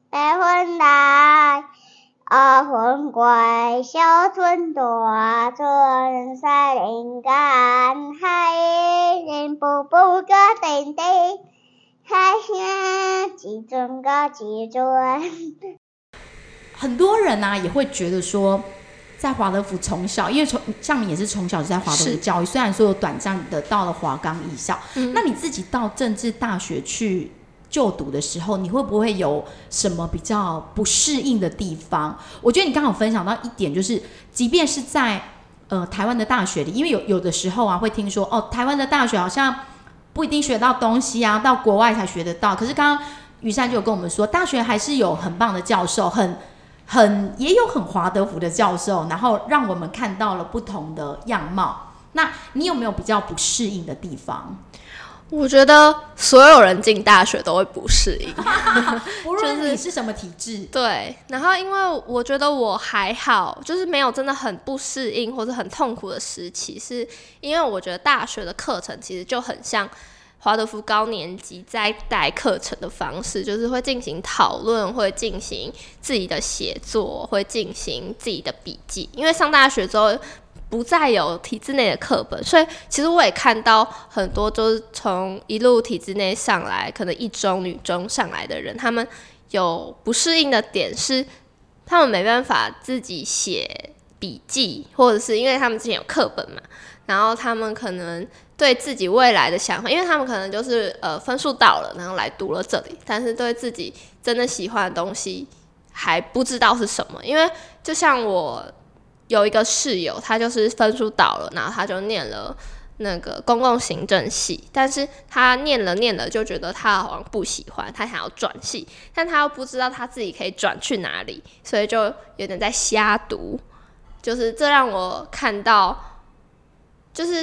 白云来，云归，小村大村西林间，海人步步个定定，海兄几尊个几尊。 很多人啊也会觉得说，在华德福从小，因为像你也是从小就在华德福教育，虽然说有短暂的到了华冈艺校，那你自己到政治大学去就读的时候，你会不会有什么比较不适应的地方？我觉得你刚好分享到一点，就是即便是在台湾的大学里，因为有的时候啊会听说台湾的大学好像不一定学到东西啊，到国外才学得到。可是刚刚于珊就有跟我们说，大学还是有很棒的教授，也有很华德福的教授，然后让我们看到了不同的样貌。那你有没有比较不适应的地方？ 我觉得所有人进大学都会不适应， 不论你是什么体制。 对，然后因为我觉得我还好，就是没有真的很不适应或者很痛苦的时期，是因为我觉得大学的课程其实就很像华德福高年级在带课程的方式，就是会进行讨论，会进行自己的写作，会进行自己的笔记。因为上大学之后不再有体制内的课本，所以其实我也看到很多就是从一路体制内上来，可能一中、女中上来的人，他们有不适应的点是，他们没办法自己写笔记，或者是因为他们之前有课本嘛，然后他们可能对自己未来的想法，因为他们可能就是分数到了，然后来读了这里，但是对自己真的喜欢的东西还不知道是什么。因为就像我有一个室友，他就是分数到了，然后他就念了那个公共行政系，但是他念了就觉得他好像不喜欢，他想要转系，但他又不知道他自己可以转去哪里，所以就有点在瞎读。就是这让我看到，知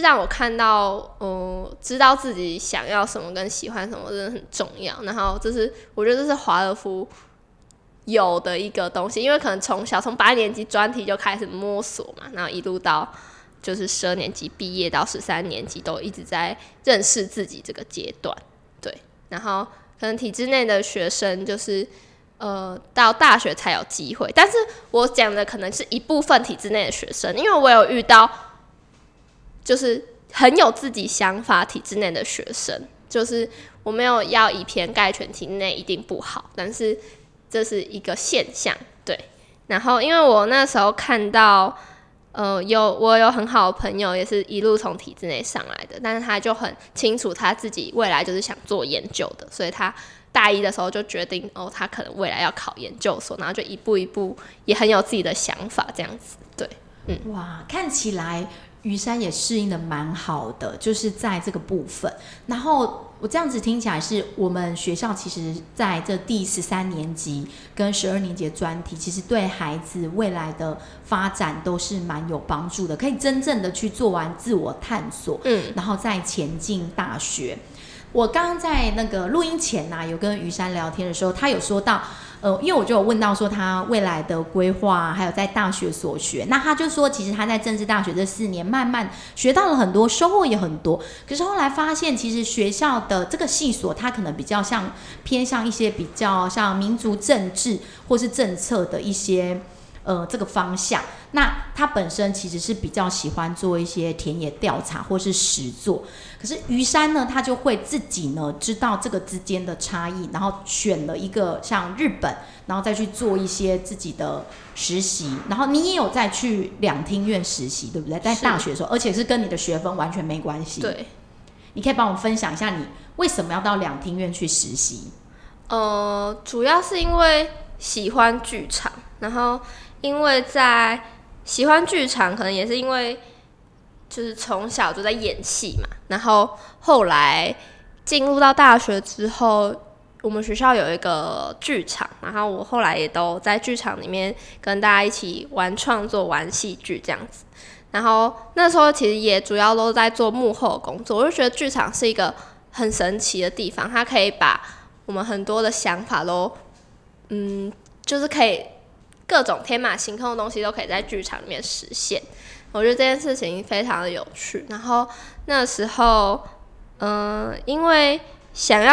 道自己想要什么跟喜欢什么真的很重要。然后我觉得这是华德福有的一个东西，因为可能从8年级专题就开始摸索嘛，然后一路到就是12年级毕业到13年级都一直在认识自己这个阶段。对，然后可能体制内的学生就是到大学才有机会，但是我讲的可能是一部分体制内的学生，因为我有遇到就是很有自己想法体制内的学生，就是我没有要以偏概全体制内一定不好，但是这是一个现象。对，然后因为我那时候看到我有很好的朋友也是一路从体制内上来的，但是他就很清楚他自己未来就是想做研究的，所以他大一的时候就决定他可能未来要考研究所，然后就一步一步也很有自己的想法这样子。对， 哇，看起来于珊也适应的蛮好的，就是在这个部分。然后我这样子听起来是我们学校其实在这第13年级跟12年级的专题，其实对孩子未来的发展都是蛮有帮助的，可以真正的去做完自我探索，然后再前进大学。我刚刚在那个录音前啊，有跟于珊聊天的时候，他有说到因为我就有问到说他未来的规划，还有在大学所学，那他就说其实他在政治大学这4年慢慢学到了很多，收获也很多，可是后来发现其实学校的这个系所它可能比较偏向一些比较像民族政治或是政策的一些这个方向。那他本身其实是比较喜欢做一些田野调查或是实作，可是于珊呢，他就会自己呢知道这个之间的差异，然后选了一个像日本，然后再去做一些自己的实习。然后你也有再去两厅院实习，对不对？在大学的时候，而且是跟你的学分完全没关系。 对， 你可以帮我分享一下你为什么要到两厅院去实习？ 主要是因为喜欢剧场，然后因为在喜欢剧场，可能也是因为就是从小就在演戏嘛，然后后来进入到大学之后，我们学校有一个剧场，然后我后来也都在剧场里面跟大家一起玩创作、玩戏剧这样子。然后那时候其实也主要都在做幕后的工作，我就觉得剧场是一个很神奇的地方，它可以把我们很多的想法都，就是可以各种天马行空的东西都可以在剧场里面实现。我觉得这件事情非常的有趣。然后那时候，因为想要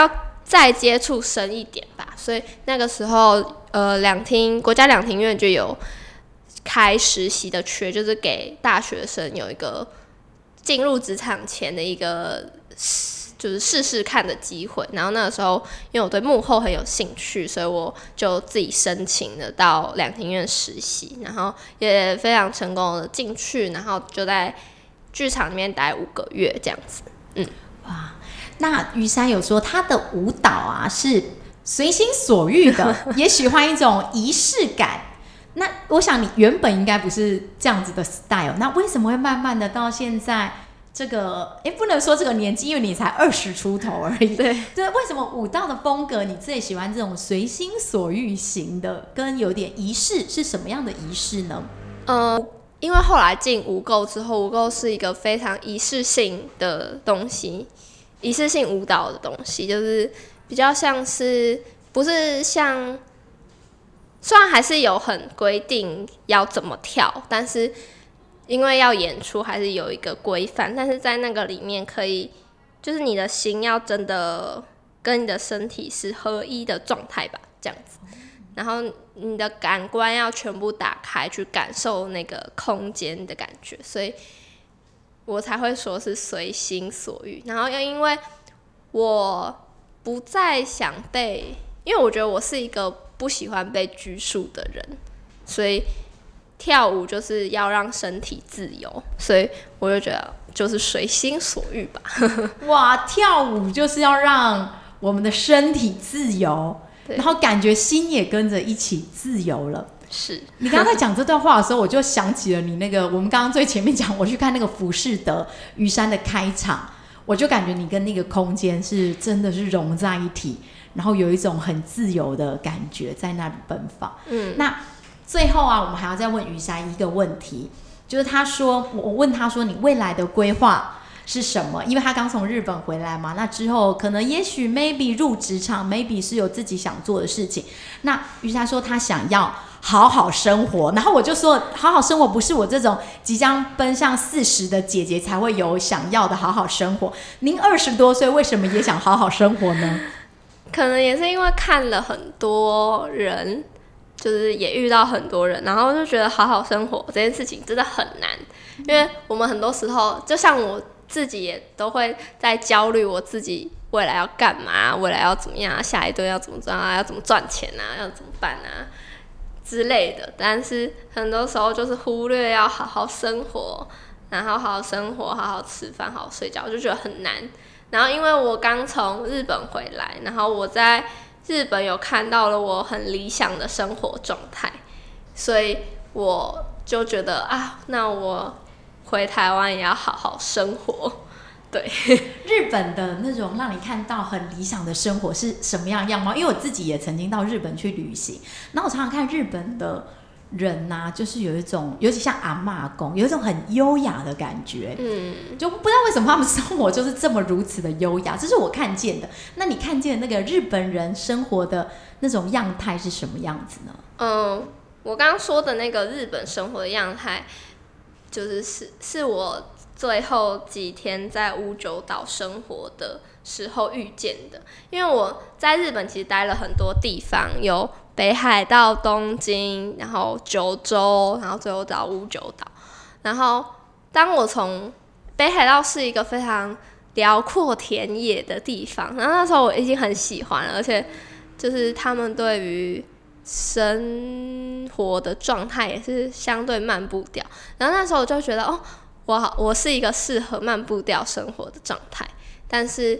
再接触深一点吧。所以那个时候国家两厅院就有开实习的缺，就是给大学生有一个进入职场前的一个就是试试看的机会。然后那个时候因为我对幕后很有兴趣，所以我就自己申请了到两厅院实习，然后也非常成功的进去，然后就在剧场里面待5个月这样子。 哇，那于珊有说她的舞蹈啊是随心所欲的，也喜欢一种仪式感。那我想你原本应该不是这样子的 style， 那为什么会慢慢的到现在这个不能说这个年纪，因为你才20出头而已。对，为什么舞蹈的风格你最喜欢这种随心所欲型的，跟有点仪式，是什么样的仪式呢？ 因为后来进舞构之后，舞构是一个非常仪式性的东西，仪式性舞蹈的东西，就是比较像是不是像，虽然还是有很规定要怎么跳，但是因为要演出还是有一个规范，但是在那个里面可以，就是你的心要真的跟你的身体是合一的状态吧，这样子。然后你的感官要全部打开，去感受那个空间的感觉，所以我才会说是随心所欲。然后又因为我不再想因为我觉得我是一个不喜欢被拘束的人，所以跳舞就是要让身体自由，所以我就觉得就是随心所欲吧。 哇，跳舞就是要让我们的身体自由，然后感觉心也跟着一起自由了。 是你刚刚在讲这段话的时候，我就想起了你那个我们刚刚最前面讲，我去看那个浮士德于珊的开场，我就感觉你跟那个空间是真的是融在一起，然后有一种很自由的感觉在那里奔放。那最后啊，我们还要再问于珊一个问题，就是我问他说你未来的规划是什么？因为他刚从日本回来嘛，那之后可能也许 maybe 入职场 maybe 是有自己想做的事情。那于珊说他想要好好生活，然后我就说好好生活不是我这种即将奔向40的姐姐才会有想要的好好生活。您20多岁为什么也想好好生活呢？ 可能也是因为看了很多人，就是也遇到很多人，然后就觉得好好生活这件事情真的很难。因为我们很多时候就像我自己也都会在焦虑我自己未来要干嘛，未来要怎么样，下一顿要怎么赚啊，要怎么赚钱啊，要怎么办啊之类的。但是很多时候就是忽略要好好生活，然后好好生活，好好吃饭，好好睡觉，就觉得很难。然后因为我刚从日本回来，然后我在日本有看到了我很理想的生活状态，所以我就觉得那我回台湾也要好好生活。对， 日本的那种让你看到很理想的生活是什么样貌？因为我自己也曾经到日本去旅行，然后我常常看日本的人啊，就是有一种，尤其像阿嬷阿公，有一种很优雅的感觉。就不知道为什么他们生活就是这么如此的优雅，这是我看见的。那你看见那个日本人生活的那种样态是什么样子呢？ 我刚刚说的那个日本生活的样态，是我最后几天在屋久岛生活的时候遇见的。因为我在日本其实待了很多地方，有北海道、东京，然后九州，然后最后到屋久岛。然后当我从北海道是一个非常辽阔田野的地方，然后那时候我已经很喜欢了，而且就是他们对于生活的状态也是相对慢步调。然后那时候我就觉得我是一个适合慢步调生活的状态。但是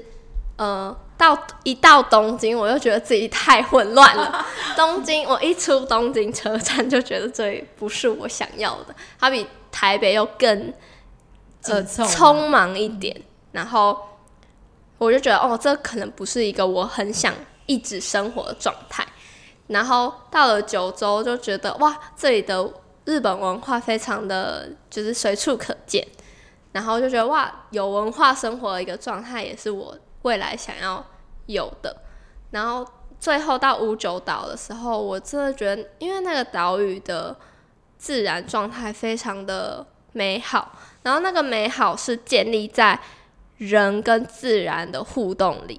到东京我又觉得自己太混乱了。我一出东京车站就觉得这里不是我想要的，它比台北又更匆忙一点。然后我就觉得这可能不是一个我很想一直生活的状态。然后到了九州就觉得这里的日本文化非常的就是随处可见，然后就觉得有文化生活的一个状态也是我未来想要有的。然后最后到屋久岛的时候，我真的觉得因为那个岛屿的自然状态非常的美好，然后那个美好是建立在人跟自然的互动里，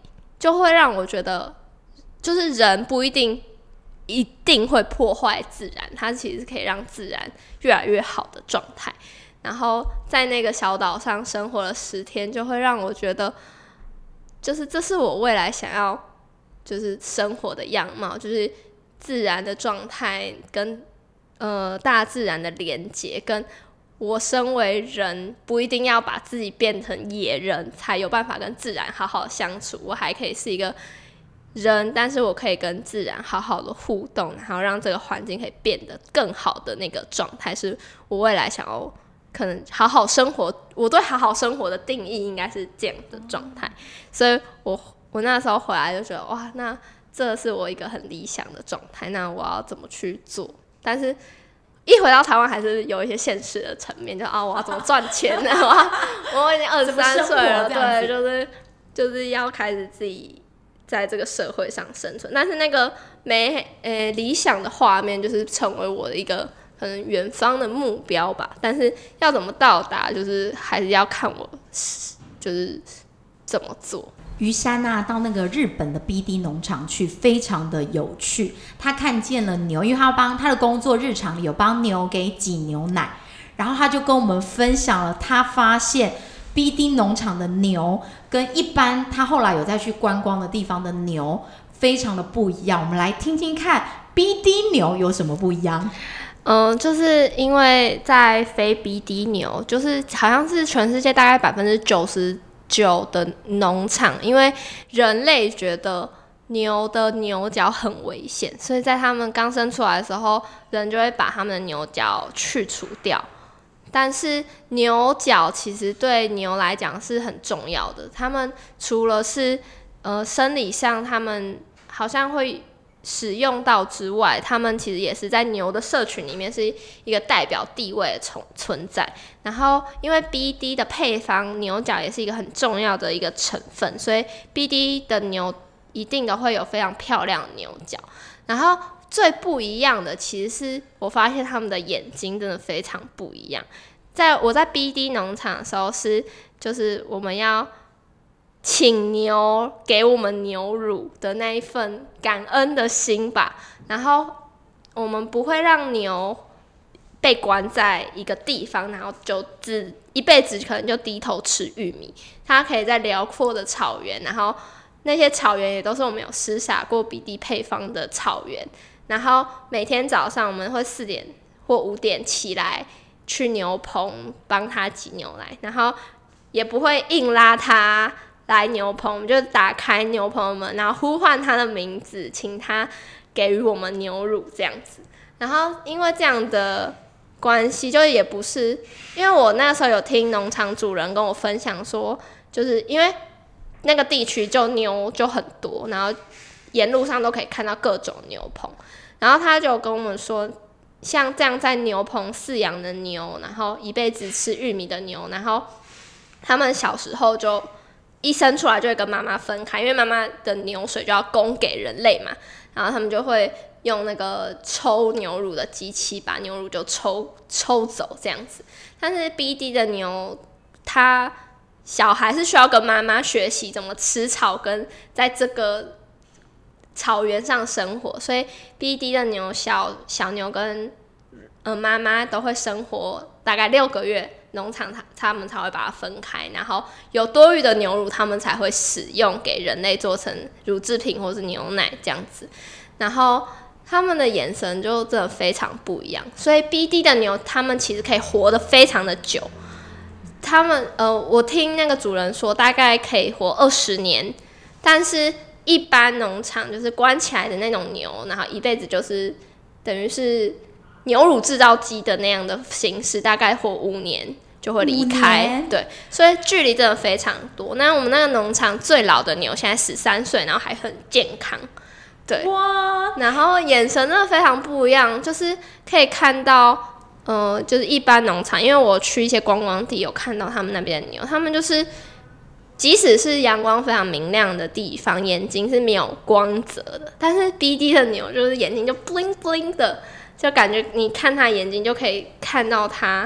就会让我觉得，就是人不一定会破坏自然，它其实可以让自然越来越好的状态。然后在那个小岛上生活了10天，就会让我觉得，就是这是我未来想要就是生活的样貌，就是自然的状态跟大自然的连结，跟我身为人不一定要把自己变成野人才有办法跟自然好好相处，我还可以是一个人，但是我可以跟自然好好的互动，然后让这个环境可以变得更好的那个状态，是我未来想要可能好好生活，我对好好生活的定义应该是这样的状态。所以我那时候回来就觉得，哇，那这是我一个很理想的状态，那我要怎么去做？但是一回到台湾还是有一些现实的层面，就我要怎么赚钱呢？我已经23岁了，对，就是要开始自己在这个社会上生存。但是那个理想的画面就是成为我的一个可能远方的目标吧，但是要怎么到达，就是还是要看我就是怎么做。 于山啊，到那个日本的 BD 农场去，非常的有趣。他看见了牛，因为他帮他的工作日常里有帮牛给挤牛奶，然后他就跟我们分享了他发现 BD 农场的牛跟一般他后来有再去观光的地方的牛非常的不一样。我们来听听看 BD 牛有什么不一样。 就是因为在非 BD 牛，就是好像是全世界大概99%的农场，因为人类觉得牛的牛角很危险，所以在他们刚生出来的时候，人就会把他们的牛角去除掉。但是牛角其实对牛来讲是很重要的，他们除了是生理上他们好像会使用到之外，他们其实也是在牛的社群里面是一个代表地位的存在。然后因为 BD 的配方牛角也是一个很重要的一个成分，所以 BD 的牛一定都会有非常漂亮的牛角。然后最不一样的其实是我发现他们的眼睛真的非常不一样。我在 BD 农场的时候就是我们要请牛给我们牛乳的那一份感恩的心吧，然后我们不会让牛被关在一个地方，然后就一辈子可能就低头吃玉米。它可以在辽阔的草原，然后那些草原也都是我们有施洒过BD配方的草原。然后每天早上我们会4点或5点起来去牛棚帮它挤牛奶，然后也不会硬拉它来牛棚，我们就打开牛棚的门，然后呼唤他的名字，请他给予我们牛乳这样子。然后因为这样的关系，就也不是因为我那时候有听农场主人跟我分享说，就是因为那个地区就牛就很多，然后沿路上都可以看到各种牛棚，然后他就跟我们说，像这样在牛棚饲养的牛，然后一辈子吃玉米的牛，然后他们小时候就一生出来就会跟妈妈分开，因为妈妈的牛水就要供给人类嘛，然后他们就会用那个抽牛乳的机器把牛乳就抽走这样子。但是 BD 的牛，它小孩是需要跟妈妈学习怎么吃草，跟在这个草原上生活，所以 BD 的牛小牛跟妈妈都会生活大概6个月。农场他们才会把它分开，然后有多余的牛乳他们才会使用给人类做成乳制品或是牛奶这样子。然后他们的眼神就真的非常不一样，所以 BD 的牛他们其实可以活得非常的久。他们我听那个主人说大概可以活20年，但是一般农场就是关起来的那种牛，然后一辈子就是等于是牛乳制造机的那样的形式，大概活5年就会离开。对，所以距离真的非常多。那我们那个农场最老的牛现在13岁，然后还很健康。对，哇！然后眼神真的非常不一样，就是可以看到，就是一般农场，因为我去一些观光地有看到他们那边的牛，他们就是即使是阳光非常明亮的地方，眼睛是没有光泽的，但是 BD 的牛就是眼睛就 bling bling 的。就感觉你看他眼睛就可以看到他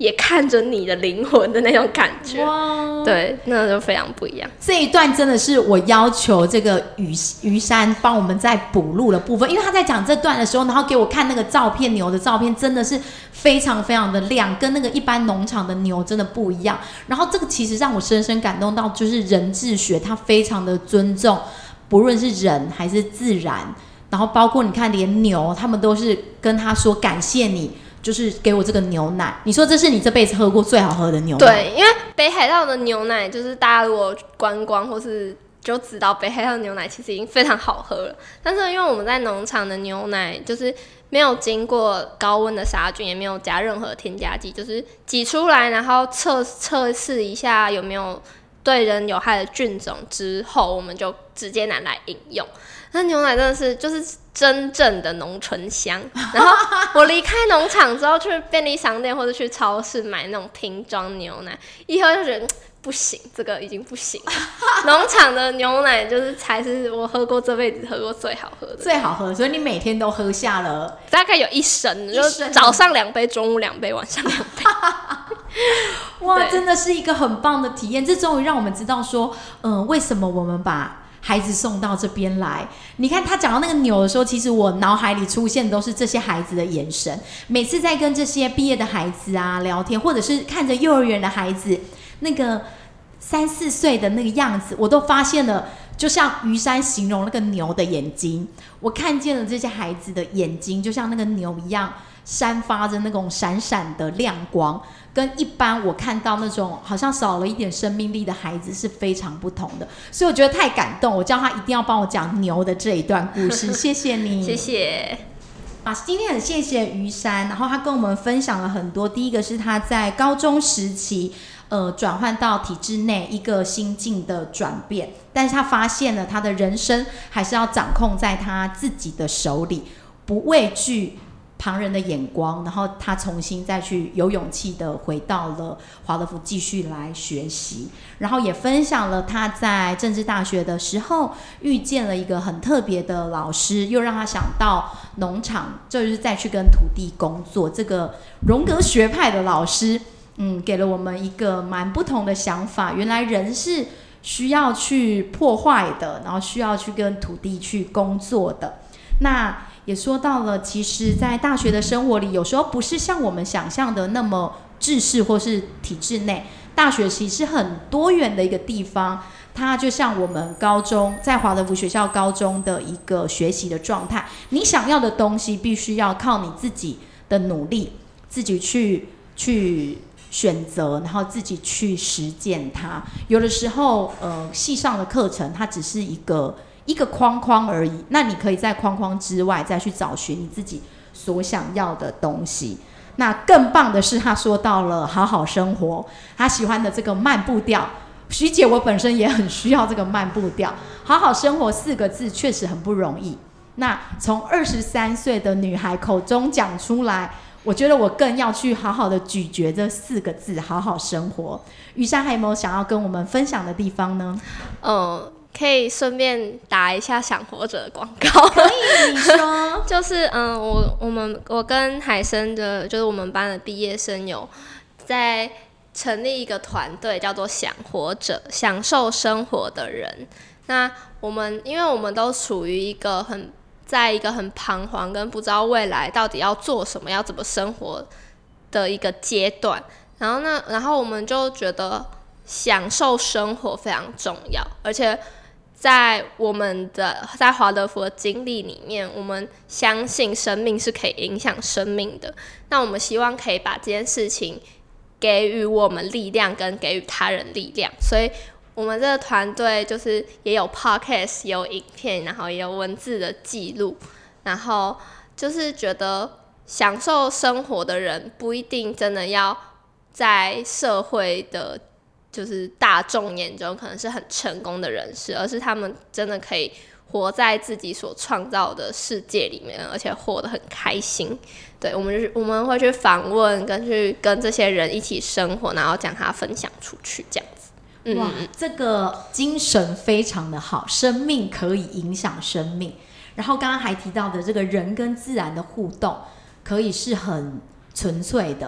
也看着你的灵魂的那种感觉。 哇， 对，那就非常不一样。 这一段真的是我要求这个于山帮我们再补录的部分，因为他在讲这段的时候，然后给我看那个照片，牛的照片真的是非常非常的亮，跟那个一般农场的牛真的不一样。然后这个其实让我深深感动到，就是人智学，他非常的尊重，不论是人还是自然，然后包括你看连牛，他们都是跟他说感谢你。就是给我这个牛奶，你说这是你这辈子喝过最好喝的牛奶？ 对，因为北海道的牛奶，就是大家如果观光或是就知道北海道的牛奶其实已经非常好喝了。但是因为我们在农场的牛奶就是没有经过高温的杀菌，也没有加任何添加剂，就是挤出来，然后测试一下有没有对人有害的菌种之后，我们就直接拿来饮用。那牛奶真的是就是真正的浓醇香。然后我离开农场之后，去便利商店或者去超市买那种瓶装牛奶，一喝就觉得不行，这个已经不行了。农场的牛奶就是才是我喝过这辈子喝过最好喝的， 最好喝，所以你每天都喝下了大概有1升，就是早上2杯，中午2杯，晚上2杯。 哇，真的是一个很棒的体验。这终于让我们知道说，为什么我们把孩子送到这边来。你看他讲到那个牛的时候，其实我脑海里出现的都是这些孩子的眼神。每次在跟这些毕业的孩子啊聊天，或者是看着幼儿园的孩子那个3、4岁的那个样子，我都发现了，就像于山形容那个牛的眼睛，我看见了这些孩子的眼睛就像那个牛一样，散发着那种闪闪的亮光，跟一般我看到那种好像少了一点生命力的孩子是非常不同的。所以我觉得太感动，我叫他一定要帮我讲牛的这一段故事。谢谢你， 谢谢。 今天很谢谢于山，然后他跟我们分享了很多。第一个是他在高中时期转换到体制内一个心境的转变，但是他发现了他的人生还是要掌控在他自己的手里，不畏惧旁人的眼光，然后他重新再去有勇气的回到了华德福继续来学习，然后也分享了他在政治大学的时候遇见了一个很特别的老师，又让他想到农场，就是再去跟土地工作。这个荣格学派的老师给了我们一个蛮不同的想法，原来人是需要去破坏的，然后需要去跟土地去工作的。那也说到了，其实在大学的生活里，有时候不是像我们想象的那么制式或是体制内，大学其实是很多元的一个地方。它就像我们高中在华德福学校高中的一个学习的状态，你想要的东西必须要靠你自己的努力，自己去选择，然后自己去实践它。有的时候系上的课程它只是一个框框而已，那你可以在框框之外再去找寻你自己所想要的东西。那更棒的是他说到了好好生活，他喜欢的这个慢步调。徐姐我本身也很需要这个慢步调，好好生活4个字确实很不容易。那从23岁的女孩口中讲出来，我觉得我更要去好好的咀嚼这4个字好好生活。于山还有没有想要跟我们分享的地方呢？ 可以顺便打一下想活着的广告。 可以，你说。 就是我跟海生的，就是我们班的毕业生有在成立一个团队，叫做想活着，享受生活的人。那因为我们都处于在一个很彷徨跟不知道未来到底要做什么，要怎么生活的一个阶段，然后我们就觉得享受生活非常重要，而且在华德福的经历里面，我们相信生命是可以影响生命的。那我们希望可以把这件事情给予我们力量，跟给予他人力量。所以我们这个团队就是也有 podcast， 也有影片，然后也有文字的记录。然后就是觉得享受生活的人不一定真的要在社会的就是大众眼中可能是很成功的人士，而是他们真的可以活在自己所创造的世界里面，而且活得很开心。对，我们会去访问，跟这些人一起生活，然后将它分享出去，这样子。 哇，这个精神非常的好，生命可以影响生命。然后刚刚还提到的这个人跟自然的互动，可以是很纯粹的。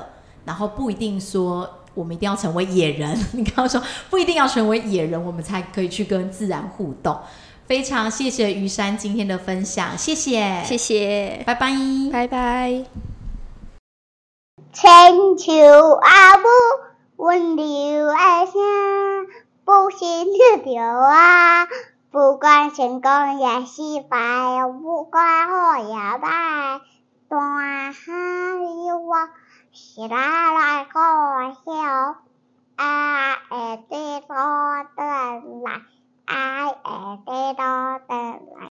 然后不一定说我们一定要成为野人，你刚刚说不一定要成为野人，我们才可以去跟自然互动。非常谢谢于珊今天的分享，谢谢， 谢谢， 拜拜， 拜拜。 千秋阿母，温柔的声，不心就着啊。不管成功也失败，不管好也歹，大海我是来开笑，会知道。